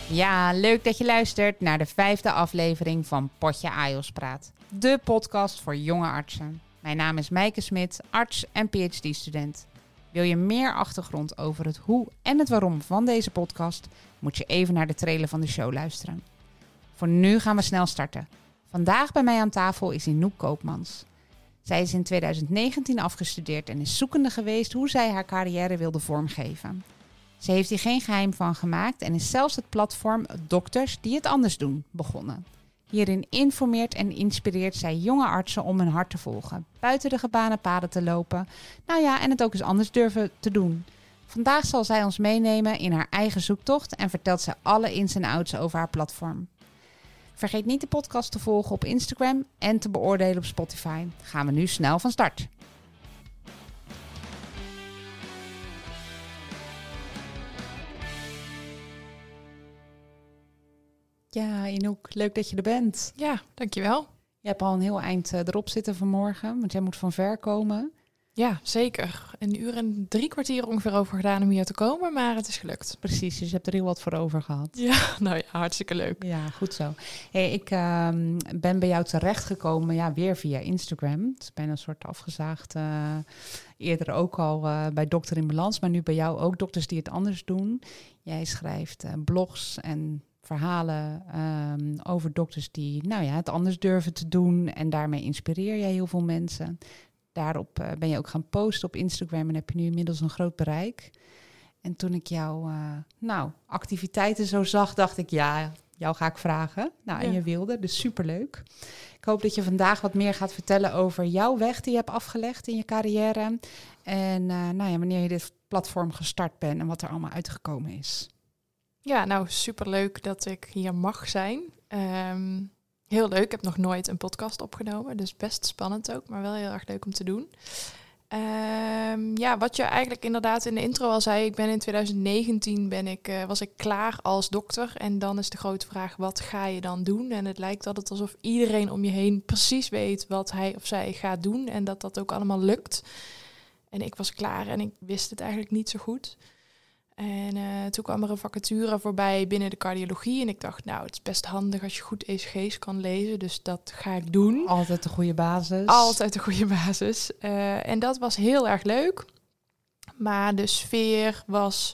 Ja, leuk dat je luistert naar de 5e aflevering van Potje AIOS Praat. De podcast voor jonge artsen. Mijn naam is Meike Smit, arts en PhD-student. Wil je meer achtergrond over het hoe en het waarom van deze podcast, moet je even naar de trailer van de show luisteren. Voor nu gaan we snel starten. Vandaag bij mij aan tafel is Inouk Koopmans. Zij is in 2019 afgestudeerd en is zoekende geweest hoe zij haar carrière wilde vormgeven. Ze heeft hier geen geheim van gemaakt en is zelfs het platform Dokters die het anders doen begonnen. Hierin informeert en inspireert zij jonge artsen om hun hart te volgen, buiten de gebaande paden te lopen, en het ook eens anders durven te doen. Vandaag zal zij ons meenemen in haar eigen zoektocht en vertelt zij alle ins en outs over haar platform. Vergeet niet de podcast te volgen op Instagram en te beoordelen op Spotify. Gaan we nu snel van start. Ja, Inouk, leuk dat je er bent. Ja, dankjewel. Je hebt al een heel eind erop zitten vanmorgen, want jij moet van ver komen. Ja, zeker. 1 uur en 3 kwartier ongeveer over gedaan om hier te komen, maar het is gelukt. Precies, dus je hebt er heel wat voor over gehad. Ja, nou ja, hartstikke leuk. Ja, goed zo. Hey, ik ben bij jou terechtgekomen, weer via Instagram. Het is bijna een soort afgezaagd. Eerder ook al bij Dokter in Balans, maar nu bij jou ook Dokters die het anders doen. Jij schrijft blogs en verhalen over dokters die het anders durven te doen. En daarmee inspireer jij heel veel mensen. Daarop ben je ook gaan posten op Instagram en heb je nu inmiddels een groot bereik. En toen ik jouw activiteiten zo zag, dacht ik, ja, jou ga ik vragen. En je wilde, dus superleuk. Ik hoop dat je vandaag wat meer gaat vertellen over jouw weg die je hebt afgelegd in je carrière. En wanneer je dit platform gestart bent en wat er allemaal uitgekomen is. Ja, nou, superleuk dat ik hier mag zijn. Heel leuk, ik heb nog nooit een podcast opgenomen, dus best spannend ook, maar wel heel erg leuk om te doen. Wat je eigenlijk inderdaad in de intro al zei, ik ben in 2019 was ik klaar als dokter. En dan is de grote vraag, wat ga je dan doen? En het lijkt altijd alsof iedereen om je heen precies weet wat hij of zij gaat doen en dat dat ook allemaal lukt. En ik was klaar en ik wist het eigenlijk niet zo goed. En toen kwam er een vacature voorbij binnen de cardiologie. En ik dacht, het is best handig als je goed ECG's kan lezen. Dus dat ga ik doen. Altijd de goede basis. Altijd de goede basis. En dat was heel erg leuk. Maar de sfeer was...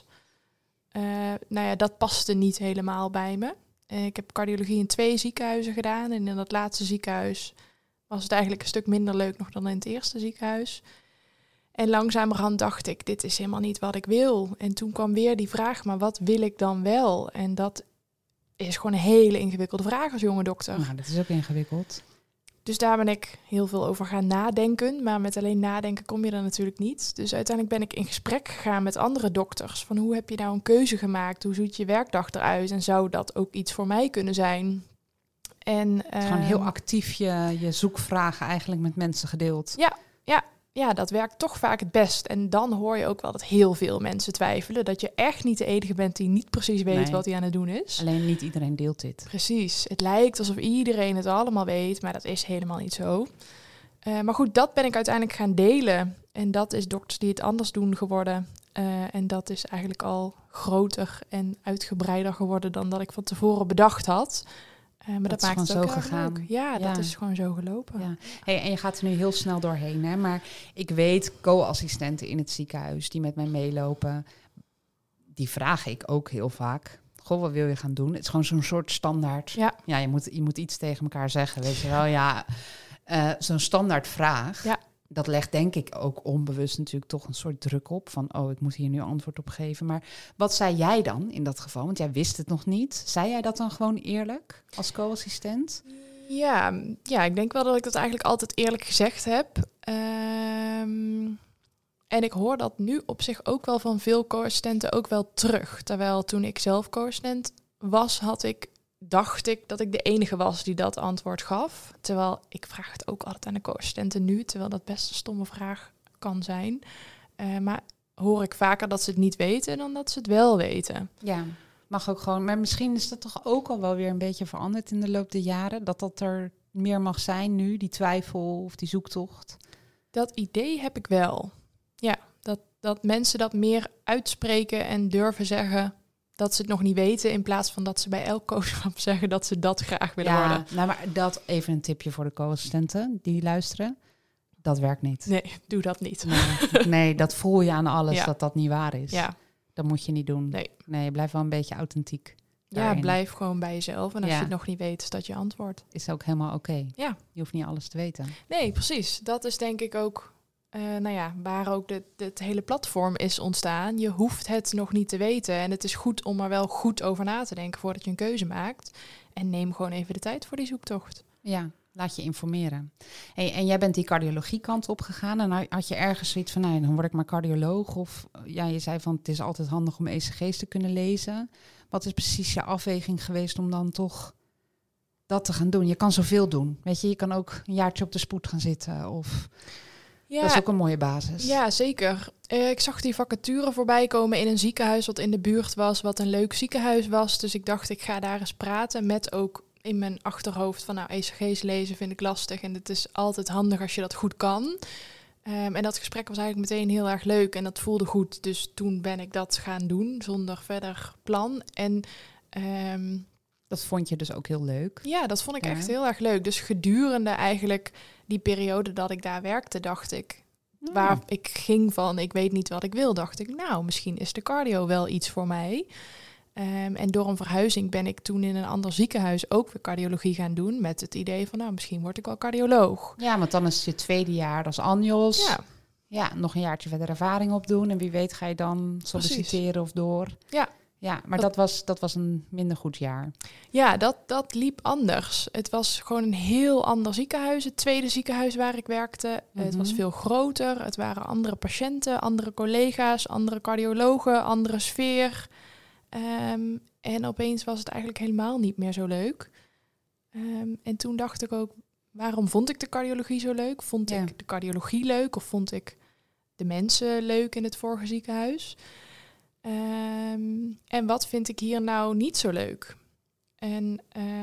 dat paste niet helemaal bij me. Ik heb cardiologie in 2 ziekenhuizen gedaan. En in dat laatste ziekenhuis was het eigenlijk een stuk minder leuk nog dan in het eerste ziekenhuis. En langzamerhand dacht ik, dit is helemaal niet wat ik wil. En toen kwam weer die vraag, maar wat wil ik dan wel? En dat is gewoon een hele ingewikkelde vraag als jonge dokter. Nou, dat is ook ingewikkeld. Dus daar ben ik heel veel over gaan nadenken. Maar met alleen nadenken kom je er natuurlijk niet. Dus uiteindelijk ben ik in gesprek gegaan met andere dokters. Van hoe heb je nou een keuze gemaakt? Hoe ziet je werkdag eruit? En zou dat ook iets voor mij kunnen zijn? En gewoon heel actief je zoekvragen eigenlijk met mensen gedeeld. Ja, dat werkt toch vaak het best. En dan hoor je ook wel dat heel veel mensen twijfelen. Dat je echt niet de enige bent die niet precies weet wat hij aan het doen is. Alleen niet iedereen deelt dit. Precies. Het lijkt alsof iedereen het allemaal weet, maar dat is helemaal niet zo. Maar goed, dat ben ik uiteindelijk gaan delen. En dat is Dokters die het anders doen geworden. En dat is eigenlijk al groter en uitgebreider geworden dan dat ik van tevoren bedacht had. Maar dat maakt het ook zo gegaan. Leuk. Ja, dat is gewoon zo gelopen. Ja. Hey, en je gaat er nu heel snel doorheen, hè? Maar ik weet, co-assistenten in het ziekenhuis die met mij meelopen, die vraag ik ook heel vaak. Goh, wat wil je gaan doen? Het is gewoon zo'n soort standaard. Ja, je moet iets tegen elkaar zeggen, weet je wel. Ja, zo'n standaard vraag. Ja. Dat legt denk ik ook onbewust natuurlijk toch een soort druk op. Van, ik moet hier nu antwoord op geven. Maar wat zei jij dan in dat geval? Want jij wist het nog niet. Zei jij dat dan gewoon eerlijk als co-assistent? Ja, ik denk wel dat ik dat eigenlijk altijd eerlijk gezegd heb. En ik hoor dat nu op zich ook wel van veel co-assistenten ook wel terug. Terwijl toen ik zelf co-assistent was, dacht ik dat ik de enige was die dat antwoord gaf. Terwijl ik vraag het ook altijd aan de co-assistenten nu, terwijl dat best een stomme vraag kan zijn. Maar hoor ik vaker dat ze het niet weten dan dat ze het wel weten. Ja, mag ook gewoon. Maar misschien is dat toch ook al wel weer een beetje veranderd in de loop der jaren. Dat er meer mag zijn nu, die twijfel of die zoektocht. Dat idee heb ik wel. Ja, dat mensen dat meer uitspreken en durven zeggen dat ze het nog niet weten, in plaats van dat ze bij elk coachschap zeggen dat ze dat graag willen worden. Nou, maar dat even een tipje voor de co-assistenten die luisteren. Dat werkt niet. Nee, doe dat niet. Nee, dat voel je aan alles, Ja. dat niet waar is. Ja, Dat moet je niet doen. Nee. Blijf wel een beetje authentiek. ja, daarin. blijf gewoon bij jezelf. En als Ja. je het nog niet weet, is dat je antwoord. Is ook helemaal oké. Ja. Je hoeft niet alles te weten. Nee, precies. Dat is denk ik ook waar ook het hele platform is ontstaan. Je hoeft het nog niet te weten. En het is goed om er wel goed over na te denken voordat je een keuze maakt. En neem gewoon even de tijd voor die zoektocht. Ja, laat je informeren. En jij bent die cardiologiekant opgegaan. En had je ergens zoiets van, dan word ik maar cardioloog? Of je zei van, het is altijd handig om ECG's te kunnen lezen. Wat is precies je afweging geweest om dan toch dat te gaan doen? Je kan zoveel doen. Weet je kan ook een jaartje op de spoed gaan zitten. Of Ja, dat is ook een mooie basis. Ja, zeker. Ik zag die vacature voorbij komen in een ziekenhuis wat in de buurt was, wat een leuk ziekenhuis was. Dus ik dacht, ik ga daar eens praten met ook in mijn achterhoofd van, ECG's lezen vind ik lastig. En het is altijd handig als je dat goed kan. En dat gesprek was eigenlijk meteen heel erg leuk en dat voelde goed. Dus toen ben ik dat gaan doen, zonder verder plan. En dat vond je dus ook heel leuk. ja, dat vond ik echt heel erg leuk. Dus gedurende eigenlijk die periode dat ik daar werkte, dacht ik, waar ik ging van, ik weet niet wat ik wil, dacht ik, misschien is de cardio wel iets voor mij. En door een verhuizing ben ik toen in een ander ziekenhuis ook weer cardiologie gaan doen, met het idee van, misschien word ik wel cardioloog. Ja, want dan is het je tweede jaar als ANJOS. Ja. Ja, nog een jaartje verder ervaring opdoen. En wie weet ga je dan solliciteren of door. Ja. Ja, maar dat was een minder goed jaar. Ja, dat liep anders. Het was gewoon een heel ander ziekenhuis. Het tweede ziekenhuis waar ik werkte. Het was veel groter. Het waren andere patiënten, andere collega's, andere cardiologen, andere sfeer. En opeens was het eigenlijk helemaal niet meer zo leuk. En toen dacht ik ook, waarom vond ik de cardiologie zo leuk? Vond ik de cardiologie leuk of vond ik de mensen leuk in het vorige ziekenhuis? En wat vind ik hier nou niet zo leuk? En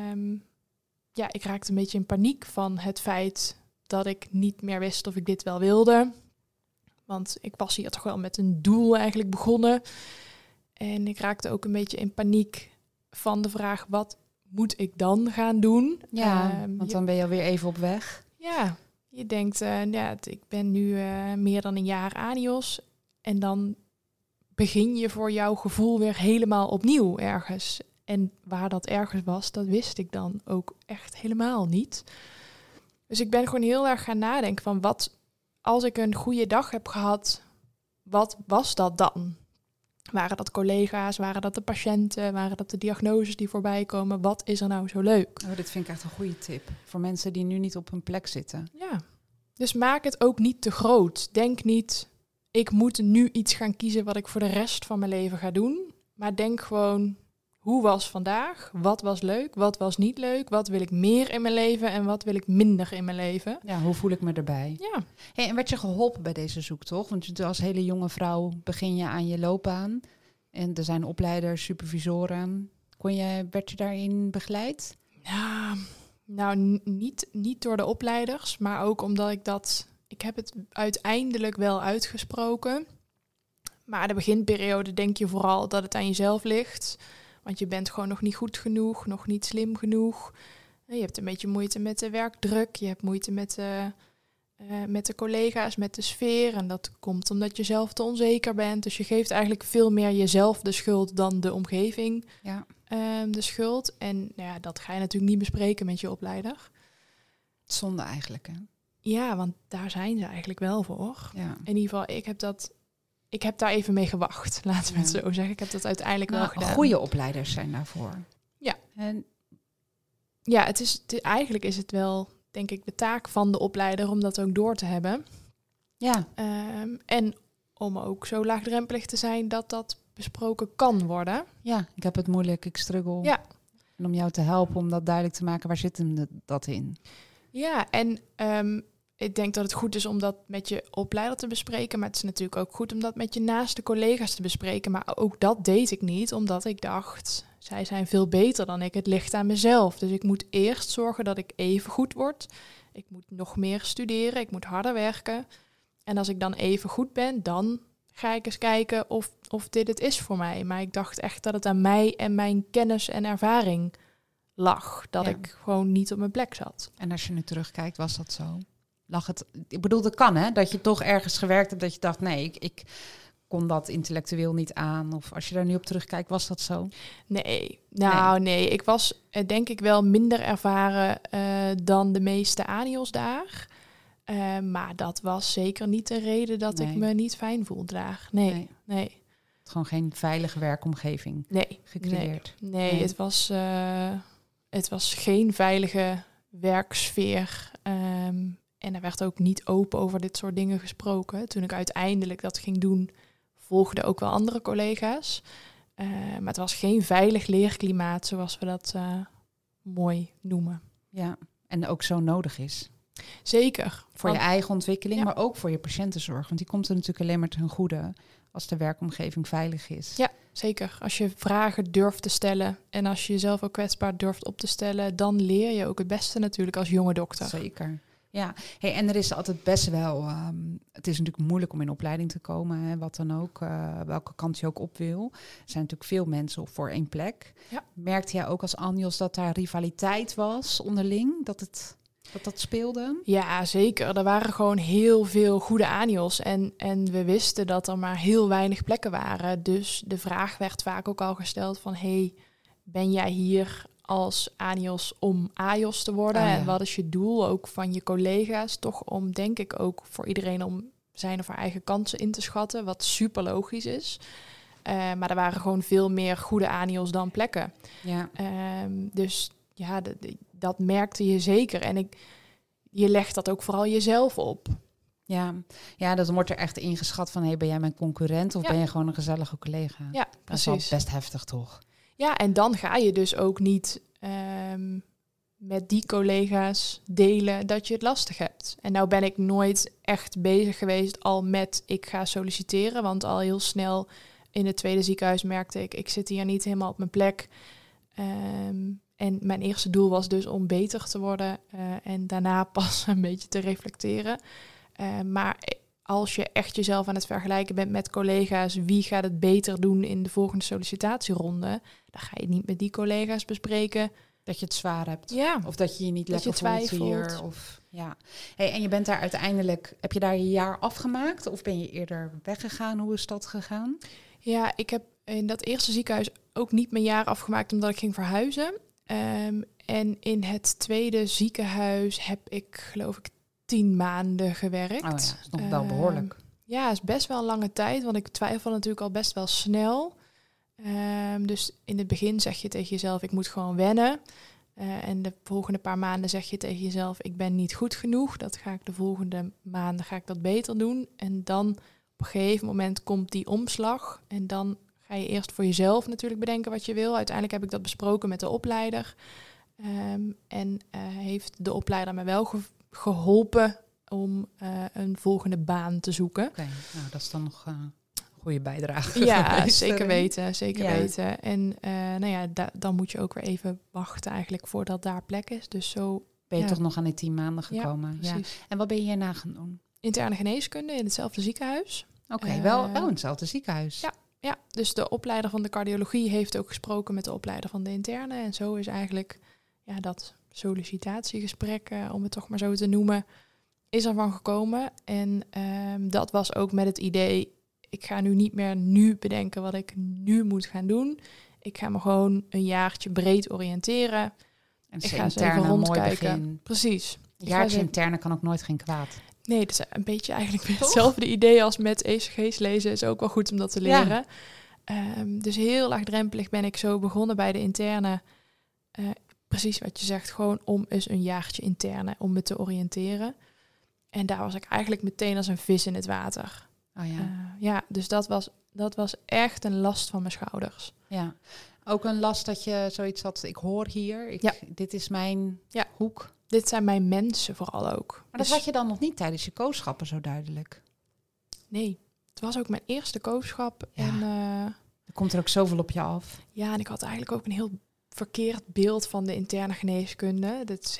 ik raakte een beetje in paniek van het feit dat ik niet meer wist of ik dit wel wilde. Want ik was hier toch wel met een doel eigenlijk begonnen. En ik raakte ook een beetje in paniek van de vraag, wat moet ik dan gaan doen? Ja, want dan ben je alweer even op weg. Ja, je denkt, ik ben nu meer dan een jaar ANIOS. En dan begin je voor jouw gevoel weer helemaal opnieuw ergens. En waar dat ergens was, dat wist ik dan ook echt helemaal niet. Dus ik ben gewoon heel erg gaan nadenken van, wat als ik een goede dag heb gehad, wat was dat dan? Waren dat collega's, waren dat de patiënten, waren dat de diagnoses die voorbij komen? Wat is er nou zo leuk? Oh, dit vind ik echt een goede tip. Voor mensen die nu niet op hun plek zitten. Ja, dus maak het ook niet te groot. Denk niet, ik moet nu iets gaan kiezen wat ik voor de rest van mijn leven ga doen. Maar denk gewoon, hoe was vandaag? Wat was leuk? Wat was niet leuk? Wat wil ik meer in mijn leven en wat wil ik minder in mijn leven? Ja, hoe voel ik me erbij? Ja. Hey, en werd je geholpen bij deze zoektocht? Want als hele jonge vrouw begin je aan je loopbaan. En er zijn opleiders, supervisoren. Werd je daarin begeleid? Ja, nou niet door de opleiders, maar ook omdat ik heb het uiteindelijk wel uitgesproken. Maar de beginperiode denk je vooral dat het aan jezelf ligt. Want je bent gewoon nog niet goed genoeg, nog niet slim genoeg. Je hebt een beetje moeite met de werkdruk. Je hebt moeite met de collega's, met de sfeer. En dat komt omdat je zelf te onzeker bent. Dus je geeft eigenlijk veel meer jezelf de schuld dan de omgeving de schuld. En dat ga je natuurlijk niet bespreken met je opleider. Zonde eigenlijk, hè? Ja, want daar zijn ze eigenlijk wel voor. Ja. In ieder geval, ik heb daar even mee gewacht, laten we het zo zeggen. Ik heb dat uiteindelijk wel gedaan. Goede opleiders zijn daarvoor. Ja. En ja, eigenlijk is het wel, denk ik, de taak van de opleider om dat ook door te hebben. Ja. En om ook zo laagdrempelig te zijn dat dat besproken kan worden. Ja, ik heb het moeilijk, ik struggle. Ja. En om jou te helpen om dat duidelijk te maken, waar zit hem dat in? Ja, en ik denk dat het goed is om dat met je opleider te bespreken. Maar het is natuurlijk ook goed om dat met je naaste collega's te bespreken. Maar ook dat deed ik niet, omdat ik dacht, zij zijn veel beter dan ik. Het ligt aan mezelf. Dus ik moet eerst zorgen dat ik even goed word. Ik moet nog meer studeren, ik moet harder werken. En als ik dan even goed ben, dan ga ik eens kijken of dit het is voor mij. Maar ik dacht echt dat het aan mij en mijn kennis en ervaring lag. Dat ik gewoon niet op mijn plek zat. En als je nu terugkijkt, was dat zo? Lag het? Ik bedoel, dat kan hè? Dat je toch ergens gewerkt hebt dat je dacht, nee, ik kon dat intellectueel niet aan. Of als je daar nu op terugkijkt, was dat zo? Nee. Ik was denk ik wel minder ervaren dan de meeste ANIOS daar. Maar dat was zeker niet de reden dat ik me niet fijn voelde daar. Nee. Gewoon geen veilige werkomgeving gecreëerd. Nee. Het was geen veilige werksfeer. En er werd ook niet open over dit soort dingen gesproken. Toen ik uiteindelijk dat ging doen, volgden ook wel andere collega's. Maar het was geen veilig leerklimaat, zoals we dat mooi noemen. Ja, en ook zo nodig is. Zeker. Voor je eigen ontwikkeling, maar ook voor je patiëntenzorg. Want die komt er natuurlijk alleen maar ten goede als de werkomgeving veilig is. Ja, zeker. Als je vragen durft te stellen en als je jezelf ook kwetsbaar durft op te stellen, dan leer je ook het beste natuurlijk als jonge dokter. Zeker. Ja, en er is altijd best wel... het is natuurlijk moeilijk om in opleiding te komen, hè, wat dan ook, welke kant je ook op wil. Er zijn natuurlijk veel mensen voor één plek. Ja. Merkte jij ook als ANIOS dat daar rivaliteit was onderling? Dat speelde? Ja, zeker. Er waren gewoon heel veel goede ANIOS. En we wisten dat er maar heel weinig plekken waren. Dus de vraag werd vaak ook al gesteld van, hey, ben jij hier als ANIOS om AJOS te worden? En wat is je doel ook van je collega's? Toch om, denk ik, ook voor iedereen om zijn of haar eigen kansen in te schatten. Wat super logisch is. Maar er waren gewoon veel meer goede ANIOS dan plekken. Ja. Dus ja, dat merkte je zeker. En je legt dat ook vooral jezelf op. Ja, dat wordt er echt ingeschat van, hey, ben jij mijn concurrent of ben je gewoon een gezellige collega? Ja, precies. Dat is wel best heftig, toch? Ja, en dan ga je dus ook niet met die collega's delen dat je het lastig hebt. En nou ben ik nooit echt bezig geweest al met ik ga solliciteren. Want al heel snel in het tweede ziekenhuis merkte ik zit hier niet helemaal op mijn plek. En mijn eerste doel was dus om beter te worden en daarna pas een beetje te reflecteren. Maar als je echt jezelf aan het vergelijken bent met collega's, wie gaat het beter doen in de volgende sollicitatieronde, dan ga je niet met die collega's bespreken dat je het zwaar hebt. Ja. Of dat je je niet lekker voelt hier. En je bent daar uiteindelijk, heb je daar je jaar afgemaakt of ben je eerder weggegaan? Hoe is dat gegaan? Ja, ik heb in dat eerste ziekenhuis ook niet mijn jaar afgemaakt omdat ik ging verhuizen. En in het tweede ziekenhuis heb ik, geloof ik, 10 maanden gewerkt. Dat is nog wel behoorlijk. Ja, is best wel een lange tijd, want ik twijfel natuurlijk al best wel snel. Dus in het begin zeg je tegen jezelf, ik moet gewoon wennen. En de volgende paar maanden zeg je tegen jezelf, ik ben niet goed genoeg. Dat ga ik de volgende maanden dat beter doen. En dan op een gegeven moment komt die omslag. En dan ga je eerst voor jezelf natuurlijk bedenken wat je wil. Uiteindelijk heb ik dat besproken met de opleider. Heeft de opleider me wel geholpen om een volgende baan te zoeken. Oké, nou dat is dan nog een goede bijdrage. Ja, geweest, zeker weten. En dan moet je ook weer even wachten eigenlijk voordat daar plek is. Dus zo ben je toch nog aan die 10 maanden gekomen. Ja. En wat ben je hierna gaan doen? Interne geneeskunde in hetzelfde ziekenhuis. Oké, wel in hetzelfde ziekenhuis. Ja, dus de opleider van de cardiologie heeft ook gesproken met de opleider van de interne. En zo is eigenlijk dat sollicitatiegesprek, om het toch maar zo te noemen, is ervan gekomen. En dat was ook met het idee, ik ga nu niet meer bedenken wat ik nu moet gaan doen. Ik ga me gewoon een jaartje breed oriënteren. En ik ga eens even rondkijken. Precies. Een jaartje interne kan ook nooit geen kwaad. Nee, dat is een beetje eigenlijk hetzelfde idee als met ECG's lezen. Is ook wel goed om dat te leren. Ja. Dus heel laagdrempelig ben ik zo begonnen bij de interne. Precies wat je zegt, gewoon om eens een jaartje interne, om me te oriënteren. En daar was ik eigenlijk meteen als een vis in het water. Oh ja. Dus dat was echt een last van mijn schouders. Ja, ook een last dat je zoiets had, ik hoor hier, dit is mijn hoek. Dit zijn mijn mensen vooral ook. Maar dat had je dan nog niet tijdens je kooschappen zo duidelijk? Nee, het was ook mijn eerste kooschap. Ja. En er komt er ook zoveel op je af. Ja, en ik had eigenlijk ook een heel verkeerd beeld van de interne geneeskunde. Dat is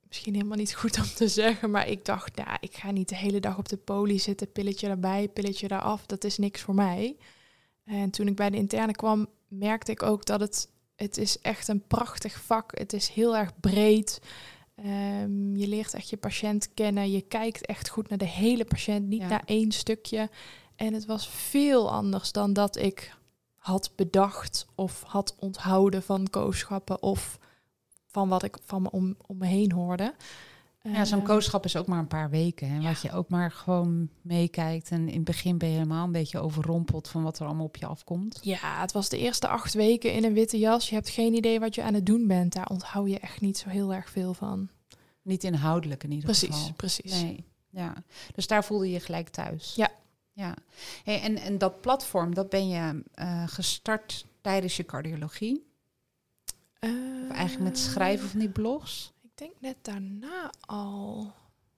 misschien helemaal niet goed om te zeggen, maar ik dacht, nou, ik ga niet de hele dag op de poli zitten, pilletje erbij, pilletje eraf, dat is niks voor mij. En toen ik bij de interne kwam, merkte ik ook dat het is echt een prachtig vak. Het is heel erg breed. Je leert echt je patiënt kennen. Je kijkt echt goed naar de hele patiënt, niet naar één stukje. En het was veel anders dan dat ik had bedacht of had onthouden van kooschappen of van wat ik van me om me heen hoorde. Ja, zo'n kooschap is ook maar een paar weken. Hè, wat je ook maar gewoon meekijkt. En in het begin ben je helemaal een beetje overrompeld van wat er allemaal op je afkomt. Ja, het was de eerste 8 weken in een witte jas. Je hebt geen idee wat je aan het doen bent. Daar onthoud je echt niet zo heel erg veel van. Niet inhoudelijk in ieder geval. Precies. Nee, ja. Dus daar voelde je je gelijk thuis. Ja. Hey, en dat platform, dat ben je gestart tijdens je cardiologie? Of eigenlijk met schrijven van die blogs? Ik denk net daarna al.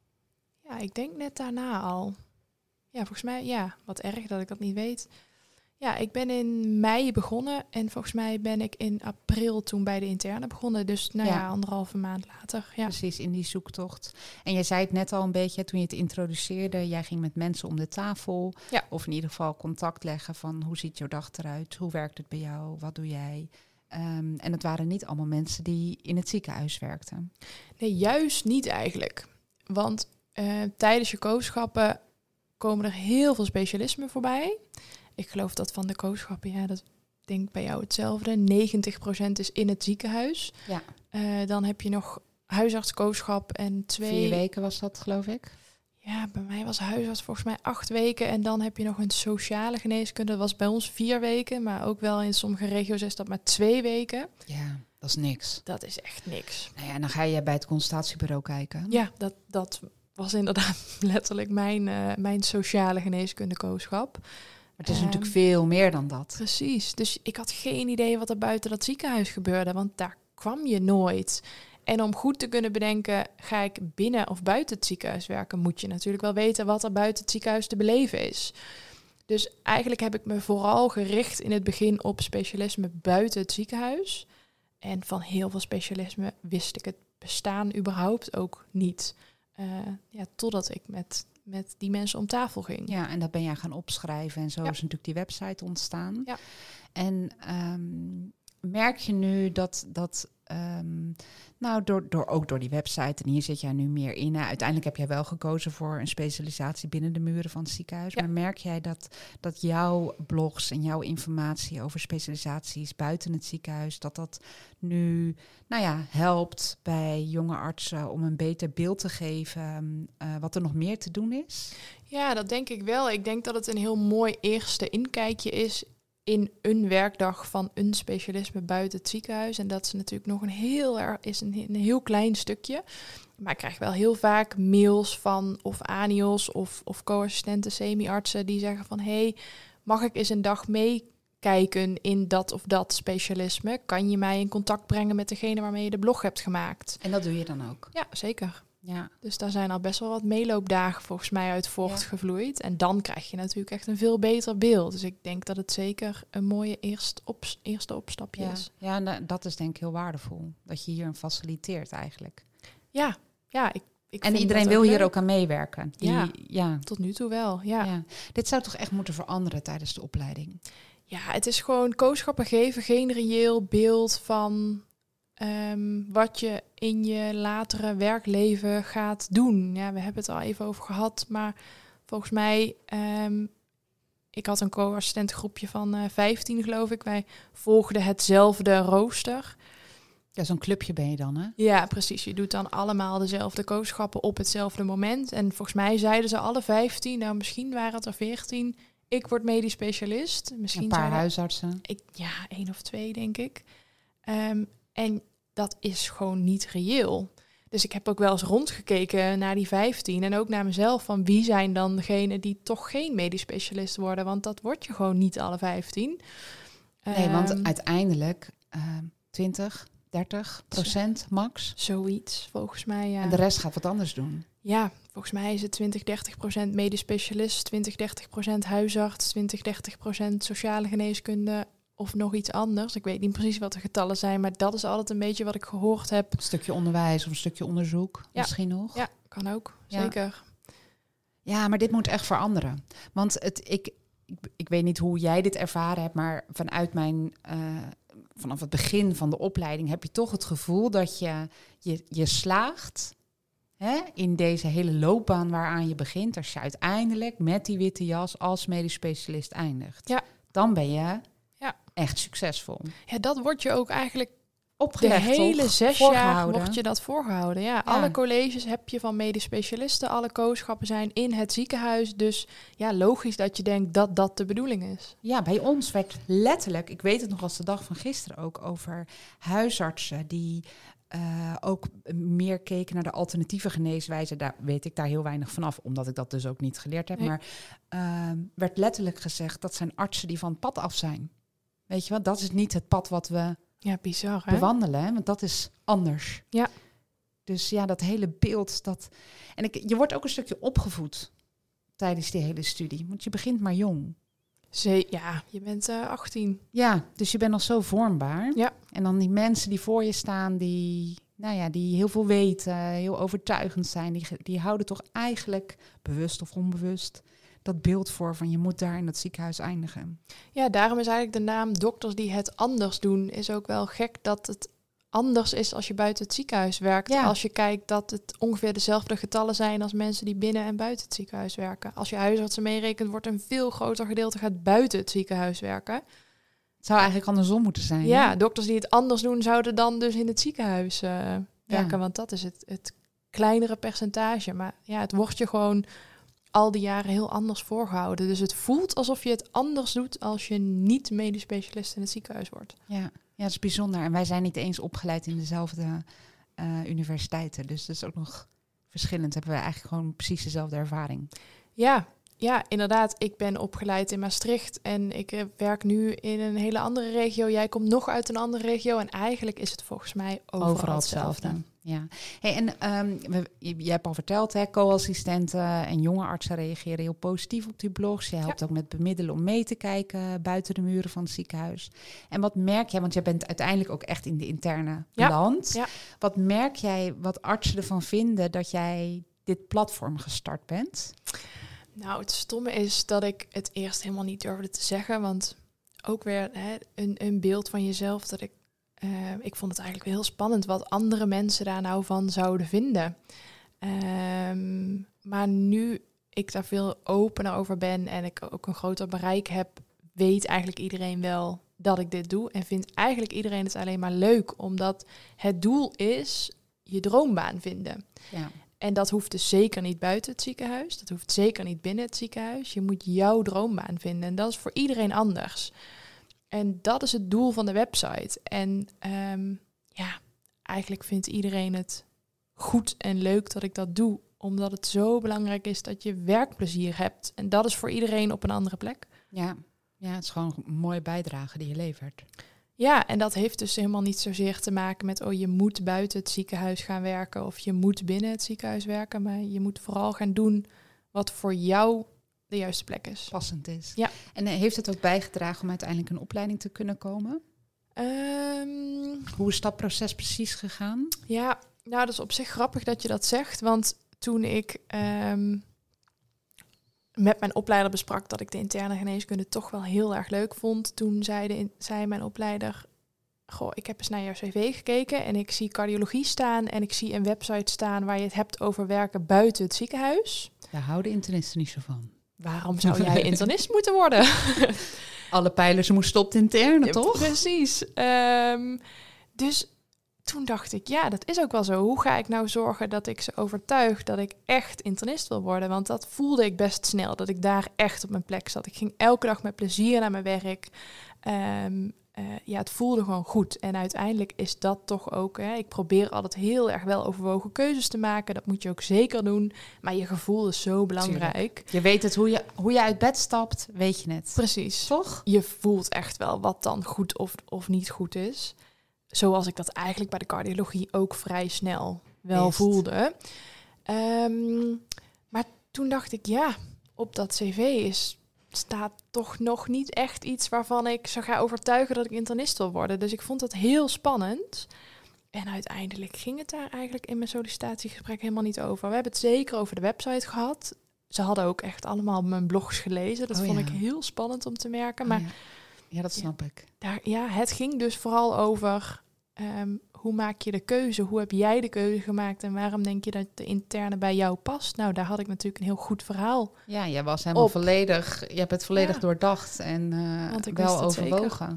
Ja, volgens mij, ja. Wat erg dat ik dat niet weet. Ja, ik ben in mei begonnen. En volgens mij ben ik in april toen bij de interne begonnen. Dus 1,5 maand later. Ja. Precies, in die zoektocht. En je zei het net al een beetje toen je het introduceerde. Jij ging met mensen om de tafel. Ja. Of in ieder geval contact leggen van hoe ziet jouw dag eruit? Hoe werkt het bij jou? Wat doe jij? En het waren niet allemaal mensen die in het ziekenhuis werkten. Nee, juist niet eigenlijk. Want tijdens je kooschappen komen er heel veel specialismen voorbij. Ik geloof dat van de kooschappen, dat denk ik bij jou hetzelfde. 90% is in het ziekenhuis. Ja. Dan heb je nog huisartskooschap en 4 weken was dat, geloof ik. Ja, bij mij was huisarts volgens mij 8 weken. En dan heb je nog een sociale geneeskunde. Dat was bij ons 4 weken. Maar ook wel in sommige regio's is dat maar 2 weken. Ja, dat is niks. Dat is echt niks. Nou ja, en dan ga je bij het consultatiebureau kijken. Ja, dat was inderdaad letterlijk mijn sociale geneeskundekooschap. Maar het is natuurlijk veel meer dan dat. Precies. Dus ik had geen idee wat er buiten dat ziekenhuis gebeurde. Want daar kwam je nooit. En om goed te kunnen bedenken, ga ik binnen of buiten het ziekenhuis werken, moet je natuurlijk wel weten wat er buiten het ziekenhuis te beleven is. Dus eigenlijk heb ik me vooral gericht in het begin op specialisme buiten het ziekenhuis. En van heel veel specialismen wist ik het bestaan überhaupt ook niet. Totdat ik met die mensen om tafel ging. Ja, en dat ben jij gaan opschrijven en zo is natuurlijk die website ontstaan. Ja. En merk je nu dat ook door die website, en hier zit jij nu meer in. Uiteindelijk heb jij wel gekozen voor een specialisatie binnen de muren van het ziekenhuis. Ja. Maar merk jij dat jouw blogs en jouw informatie over specialisaties buiten het ziekenhuis, dat nu helpt bij jonge artsen om een beter beeld te geven wat er nog meer te doen is? Ja, dat denk ik wel. Ik denk dat het een heel mooi eerste inkijkje is in een werkdag van een specialisme buiten het ziekenhuis. En dat is natuurlijk nog een heel klein stukje. Maar ik krijg wel heel vaak mails van of ANIOS of co-assistenten, semi-artsen die zeggen van hey, mag ik eens een dag meekijken in dat of dat specialisme? Kan je mij in contact brengen met degene waarmee je de blog hebt gemaakt? En dat doe je dan ook? Ja, zeker. Ja. Dus daar zijn al best wel wat meeloopdagen volgens mij uit voortgevloeid. En dan krijg je natuurlijk echt een veel beter beeld. Dus ik denk dat het zeker een mooie eerste opstapje is. Ja, dat is denk ik heel waardevol. Dat je hier faciliteert eigenlijk. Ja, ik en iedereen wil hier ook aan meewerken. Ja, tot nu toe wel. Ja. Dit zou toch echt moeten veranderen tijdens de opleiding? Ja, het is gewoon kooschappen geven, geen reëel beeld van wat je in je latere werkleven gaat doen. Ja, we hebben het al even over gehad, maar volgens mij, ik had een co-assistentengroepje van 15, geloof ik. Wij volgden hetzelfde rooster. Ja, zo'n clubje ben je dan, hè? Ja, precies. Je doet dan allemaal dezelfde kooschappen op hetzelfde moment. En volgens mij zeiden ze alle 15, nou misschien waren het er 14... Ik word medisch specialist. Misschien een paar huisartsen. 1 of 2, denk ik. En dat is gewoon niet reëel. Dus ik heb ook wel eens rondgekeken naar die 15 en ook naar mezelf van wie zijn dan degenen die toch geen medisch specialist worden, want dat word je gewoon niet alle 15. Nee, want uiteindelijk 20-30% max. Zoiets, volgens mij. Ja. En de rest gaat wat anders doen. Ja, volgens mij is het 20-30% medisch specialist, 20-30% huisarts, 20-30% sociale geneeskunde of nog iets anders. Ik weet niet precies wat de getallen zijn, maar dat is altijd een beetje wat ik gehoord heb. Een stukje onderwijs of een stukje onderzoek misschien nog. Ja, kan ook. Zeker. Ja, maar dit moet echt veranderen. Want ik weet niet hoe jij dit ervaren hebt, maar vanuit vanaf het begin van de opleiding heb je toch het gevoel dat je slaagt in deze hele loopbaan waaraan je begint, als je uiteindelijk met die witte jas als medisch specialist eindigt. Ja. Dan ben je echt succesvol. Ja, dat wordt je ook eigenlijk opgelegd, de hele toch? 6 jaar wordt je dat voorgehouden. Ja, alle colleges heb je van medisch specialisten, alle kooschappen zijn in het ziekenhuis. Dus ja, logisch dat je denkt dat dat de bedoeling is. Ja, bij ons werd letterlijk, ik weet het nog als de dag van gisteren ook, over huisartsen die ook meer keken naar de alternatieve geneeswijze. Daar weet ik daar heel weinig vanaf, omdat ik dat dus ook niet geleerd heb. Nee. Maar werd letterlijk gezegd, dat zijn artsen die van het pad af zijn. Weet je wat, dat is niet het pad wat we bizar, bewandelen, hè? Want dat is anders. Ja. Dus ja, dat hele beeld, je wordt ook een stukje opgevoed tijdens die hele studie. Want je begint maar jong. Ja, je bent 18. Ja, dus je bent nog zo vormbaar. Ja. En dan die mensen die voor je staan, die heel veel weten, heel overtuigend zijn, die houden toch eigenlijk, bewust of onbewust, dat beeld voor van je moet daar in dat ziekenhuis eindigen. Ja, daarom is eigenlijk de naam dokters die het anders doen, is ook wel gek dat het anders is als je buiten het ziekenhuis werkt. Ja. Als je kijkt dat het ongeveer dezelfde getallen zijn als mensen die binnen en buiten het ziekenhuis werken. Als je huisartsen meerekent, wordt een veel groter gedeelte gaat buiten het ziekenhuis werken. Het zou eigenlijk andersom moeten zijn. Ja, hè? Dokters die het anders doen, zouden dan dus in het ziekenhuis werken. Want dat is het kleinere percentage. Maar ja, het wordt je gewoon al die jaren heel anders voorgehouden. Dus het voelt alsof je het anders doet als je niet medisch specialist in het ziekenhuis wordt. Ja, dat is bijzonder. En wij zijn niet eens opgeleid in dezelfde universiteiten. Dus dat is ook nog verschillend. Hebben we eigenlijk gewoon precies dezelfde ervaring. Ja, inderdaad. Ik ben opgeleid in Maastricht en ik werk nu in een hele andere regio. Jij komt nog uit een andere regio en eigenlijk is het volgens mij overal hetzelfde. Ja. Hey, en je hebt al verteld, co-assistenten en jonge artsen reageren heel positief op die blogs. Je helpt ook met bemiddelen om mee te kijken buiten de muren van het ziekenhuis. En wat merk jij, want jij bent uiteindelijk ook echt in de interne land. Ja. Wat merk jij, wat artsen ervan vinden dat jij dit platform gestart bent? Nou, het stomme is dat ik het eerst helemaal niet durfde te zeggen. Want ook weer een beeld van jezelf dat ik vond het eigenlijk heel spannend wat andere mensen daar nou van zouden vinden. Maar nu ik daar veel opener over ben en ik ook een groter bereik heb, weet eigenlijk iedereen wel dat ik dit doe. En vindt eigenlijk iedereen het alleen maar leuk, omdat het doel is je droombaan vinden. Ja. En dat hoeft dus zeker niet buiten het ziekenhuis. Dat hoeft zeker niet binnen het ziekenhuis. Je moet jouw droombaan vinden. En dat is voor iedereen anders. En dat is het doel van de website. En eigenlijk vindt iedereen het goed en leuk dat ik dat doe. Omdat het zo belangrijk is dat je werkplezier hebt. En dat is voor iedereen op een andere plek. Ja, het is gewoon een mooie bijdrage die je levert. Ja, en dat heeft dus helemaal niet zozeer te maken met je moet buiten het ziekenhuis gaan werken of je moet binnen het ziekenhuis werken. Maar je moet vooral gaan doen wat voor jou de juiste plek is. Passend is. Ja. En heeft het ook bijgedragen om uiteindelijk een opleiding te kunnen komen? Hoe is dat proces precies gegaan? Ja, nou, dat is op zich grappig dat je dat zegt. Want toen ik met mijn opleider besprak dat ik de interne geneeskunde toch wel heel erg leuk vond, toen zei mijn opleider, ik heb eens naar jouw cv gekeken en ik zie cardiologie staan en ik zie een website staan waar je het hebt over werken buiten het ziekenhuis. Daar houden internisten niet zo van. Waarom zou jij internist moeten worden? Alle pijlers moesten op de interne, toch? Precies. Dus toen dacht ik, ja, dat is ook wel zo. Hoe ga ik nou zorgen dat ik ze overtuig dat ik echt internist wil worden? Want dat voelde ik best snel, dat ik daar echt op mijn plek zat. Ik ging elke dag met plezier naar mijn werk. Het voelde gewoon goed. En uiteindelijk is dat toch ook, ik probeer altijd heel erg wel overwogen keuzes te maken. Dat moet je ook zeker doen. Maar je gevoel is zo belangrijk. Tuurlijk. Je weet het, hoe je uit bed stapt, weet je het. Precies. Toch? Je voelt echt wel wat dan goed of niet goed is. Zoals ik dat eigenlijk bij de cardiologie ook vrij snel wel voelde. Maar toen dacht ik, op dat cv is staat toch nog niet echt iets waarvan ik zo ga overtuigen dat ik internist wil worden. Dus ik vond het heel spannend. En uiteindelijk ging het daar eigenlijk in mijn sollicitatiegesprek helemaal niet over. We hebben het zeker over de website gehad. Ze hadden ook echt allemaal mijn blogs gelezen. Dat vond ik heel spannend om te merken. Maar ja, dat snap ik. Het ging dus vooral over hoe maak je de keuze? Hoe heb jij de keuze gemaakt? En waarom denk je dat de interne bij jou past? Nou, daar had ik natuurlijk een heel goed verhaal. Ja, jij was helemaal volledig... Je hebt het volledig doordacht en wel overwogen.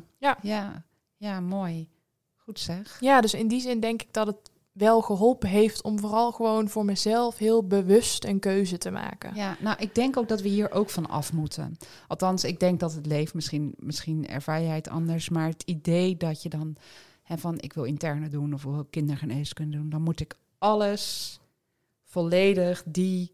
Ja, mooi. Goed zeg. Ja, dus in die zin denk ik dat het wel geholpen heeft om vooral gewoon voor mezelf heel bewust een keuze te maken. Ja, nou, ik denk ook dat we hier ook van af moeten. Althans, ik denk dat het leeft. Misschien ervaar jij het anders, maar het idee dat je dan van ik wil interne doen of wil kindergeneeskunde doen, dan moet ik alles volledig die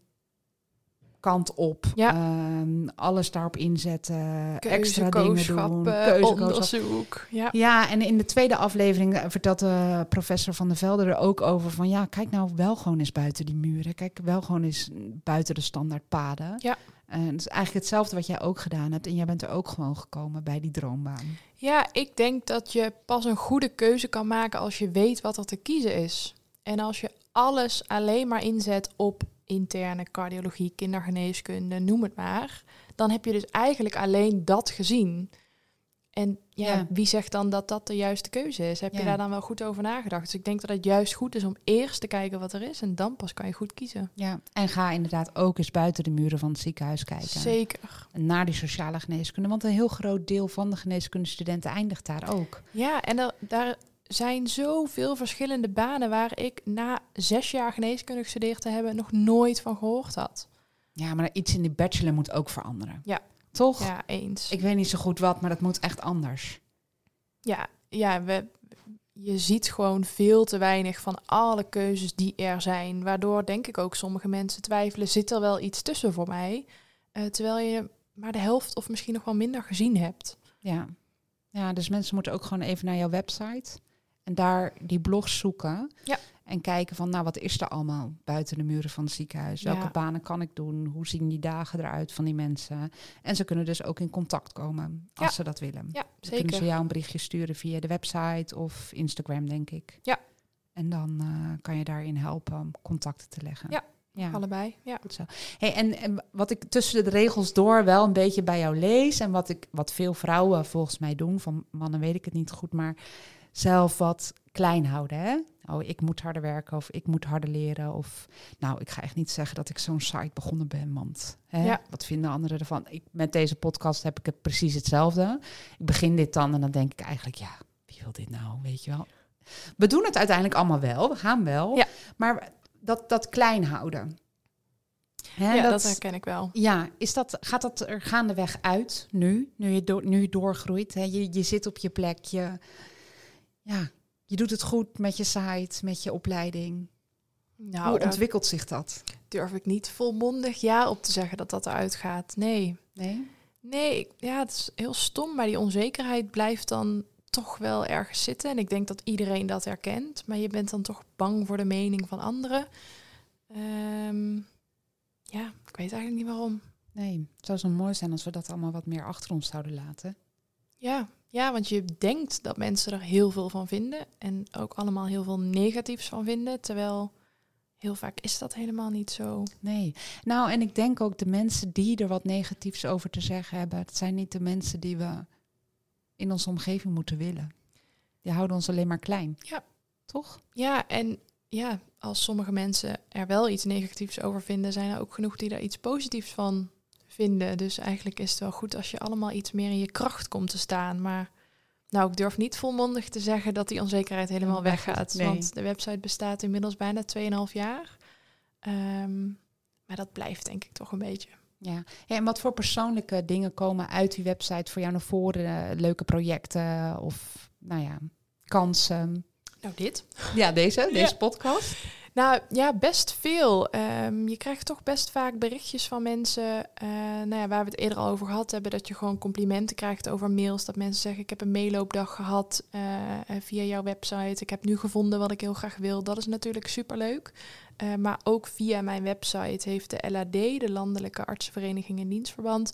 kant op. Ja. Alles daarop inzetten. Extra dingen doen. Onderzoek. Ja, en in de tweede aflevering vertelt de professor Van der Velde er ook over van ja, kijk nou wel gewoon eens buiten die muren. Kijk wel gewoon eens buiten de standaardpaden. Ja. En het is eigenlijk hetzelfde wat jij ook gedaan hebt. En jij bent er ook gewoon gekomen bij die droombaan. Ja, ik denk dat je pas een goede keuze kan maken als je weet wat er te kiezen is. En als je alles alleen maar inzet op interne cardiologie, kindergeneeskunde, noem het maar, dan heb je dus eigenlijk alleen dat gezien. En wie zegt dan dat dat de juiste keuze is? Heb je daar dan wel goed over nagedacht? Dus ik denk dat het juist goed is om eerst te kijken wat er is en dan pas kan je goed kiezen. Ja, en ga inderdaad ook eens buiten de muren van het ziekenhuis kijken. Zeker. En naar die sociale geneeskunde, want een heel groot deel van de geneeskundestudenten eindigt daar ook. Ja, en daar zijn zoveel verschillende banen waar ik na 6 jaar geneeskunde gestudeerd te hebben nog nooit van gehoord had. Ja, maar iets in die bachelor moet ook veranderen. Ja. Toch? Ja, eens. Ik weet niet zo goed wat, maar dat moet echt anders. Ja, je ziet gewoon veel te weinig van alle keuzes die er zijn. Waardoor denk ik ook sommige mensen twijfelen, zit er wel iets tussen voor mij? Terwijl je maar de helft of misschien nog wel minder gezien hebt. Ja, dus mensen moeten ook gewoon even naar jouw website en daar die blogs zoeken. Ja. En kijken van, nou, wat is er allemaal buiten de muren van het ziekenhuis? Welke banen kan ik doen? Hoe zien die dagen eruit van die mensen? En ze kunnen dus ook in contact komen als ze dat willen. Ja, zeker. Kunnen ze jou een berichtje sturen via de website of Instagram, denk ik. Ja. En dan kan je daarin helpen om contacten te leggen. Ja, allebei. Ja. Goed zo. Hey, en wat ik tussen de regels door wel een beetje bij jou lees en wat veel vrouwen volgens mij doen, van mannen weet ik het niet goed, maar zelf wat klein houden, hè? Oh, ik moet harder werken of ik moet harder leren. Of, nou, ik ga echt niet zeggen dat ik zo'n site begonnen ben, want wat vinden anderen ervan? Met deze podcast heb ik het precies hetzelfde. Ik begin dit dan en dan denk ik eigenlijk, ja, wie wil dit nou, weet je wel? We doen het uiteindelijk allemaal wel, we gaan wel. Maar dat klein houden. Hè, dat herken ik wel. Ja, gaat dat er gaandeweg uit nu je doorgroeit? Hè? Je zit op je plek, je doet het goed met je site, met je opleiding. Nou, hoe ontwikkelt zich dat? Durf ik niet volmondig ja op te zeggen dat dat eruit gaat. Nee, het is heel stom, maar die onzekerheid blijft dan toch wel ergens zitten. En ik denk dat iedereen dat herkent. Maar je bent dan toch bang voor de mening van anderen. Ik weet eigenlijk niet waarom. Nee, het zou zo mooi zijn als we dat allemaal wat meer achter ons zouden laten. Ja, want je denkt dat mensen er heel veel van vinden. En ook allemaal heel veel negatiefs van vinden. Terwijl heel vaak is dat helemaal niet zo. Nee. Nou, en ik denk ook de mensen die er wat negatiefs over te zeggen hebben, het zijn niet de mensen die we in onze omgeving moeten willen. Die houden ons alleen maar klein. Ja. Toch? Ja, en als sommige mensen er wel iets negatiefs over vinden, zijn er ook genoeg die daar iets positiefs van vinden. Dus eigenlijk is het wel goed als je allemaal iets meer in je kracht komt te staan. Maar nou, ik durf niet volmondig te zeggen dat die onzekerheid helemaal weggaat. Nee. Want de website bestaat inmiddels bijna 2,5 jaar. Maar dat blijft denk ik toch een beetje. Ja, en wat voor persoonlijke dingen komen uit die website voor jou naar voren? Leuke projecten of, kansen? Nou, dit. Ja, deze podcast. Nou ja, best veel. Je krijgt toch best vaak berichtjes van mensen, waar we het eerder al over gehad hebben, dat je gewoon complimenten krijgt over mails. Dat mensen zeggen, ik heb een meeloopdag gehad via jouw website. Ik heb nu gevonden wat ik heel graag wil. Dat is natuurlijk superleuk. Maar ook via mijn website heeft de LAD, de Landelijke Artsenvereniging in Dienstverband,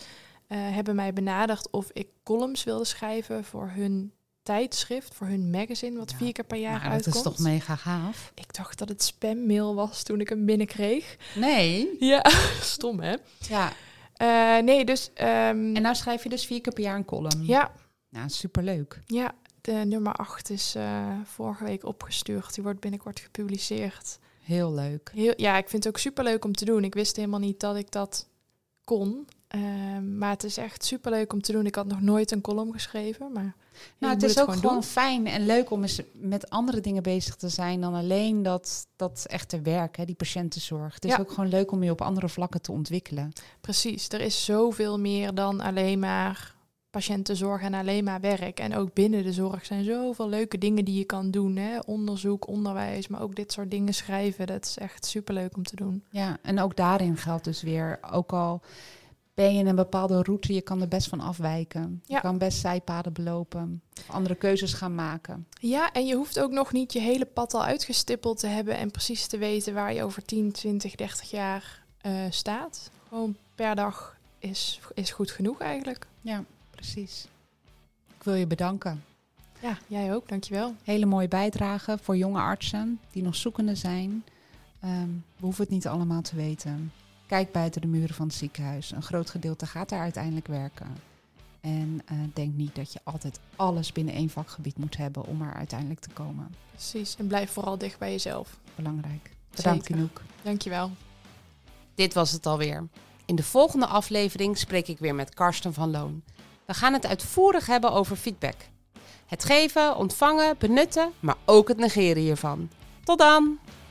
hebben mij benaderd of ik columns wilde schrijven voor hun tijdschrift, voor hun magazine, wat 4 keer per jaar uitkomt. Dat is toch mega gaaf? Ik dacht dat het spammail was toen ik hem binnenkreeg. Nee. Ja, stom hè? Ja. Nee, dus... En nou schrijf je dus 4 keer per jaar een column. Ja. Ja, superleuk. Ja, de nummer 8 is vorige week opgestuurd. Die wordt binnenkort gepubliceerd. Heel leuk. Ja, ik vind het ook superleuk om te doen. Ik wist helemaal niet dat ik dat kon. Maar het is echt superleuk om te doen. Ik had nog nooit een column geschreven, maar... Nou, het is ook gewoon fijn en leuk om eens met andere dingen bezig te zijn dan alleen dat echte werk, hè, die patiëntenzorg. Het is ook gewoon leuk om je op andere vlakken te ontwikkelen. Precies, er is zoveel meer dan alleen maar patiëntenzorg en alleen maar werk. En ook binnen de zorg zijn zoveel leuke dingen die je kan doen. Hè? Onderzoek, onderwijs, maar ook dit soort dingen schrijven. Dat is echt superleuk om te doen. Ja, en ook daarin geldt dus weer, ook al ben je in een bepaalde route, je kan er best van afwijken. Je kan best zijpaden belopen, of andere keuzes gaan maken. Ja, en je hoeft ook nog niet je hele pad al uitgestippeld te hebben en precies te weten waar je over 10, 20, 30 jaar staat. Gewoon per dag is goed genoeg eigenlijk. Ja, precies. Ik wil je bedanken. Ja, jij ook, dankjewel. Hele mooie bijdrage voor jonge artsen die nog zoekende zijn. We hoeven het niet allemaal te weten. Kijk buiten de muren van het ziekenhuis. Een groot gedeelte gaat daar uiteindelijk werken. En denk niet dat je altijd alles binnen 1 vakgebied moet hebben om er uiteindelijk te komen. Precies, en blijf vooral dicht bij jezelf. Belangrijk. Bedankt, Anouk. Dankjewel. Dit was het alweer. In de volgende aflevering spreek ik weer met Karsten van Loon. We gaan het uitvoerig hebben over feedback. Het geven, ontvangen, benutten, maar ook het negeren hiervan. Tot dan!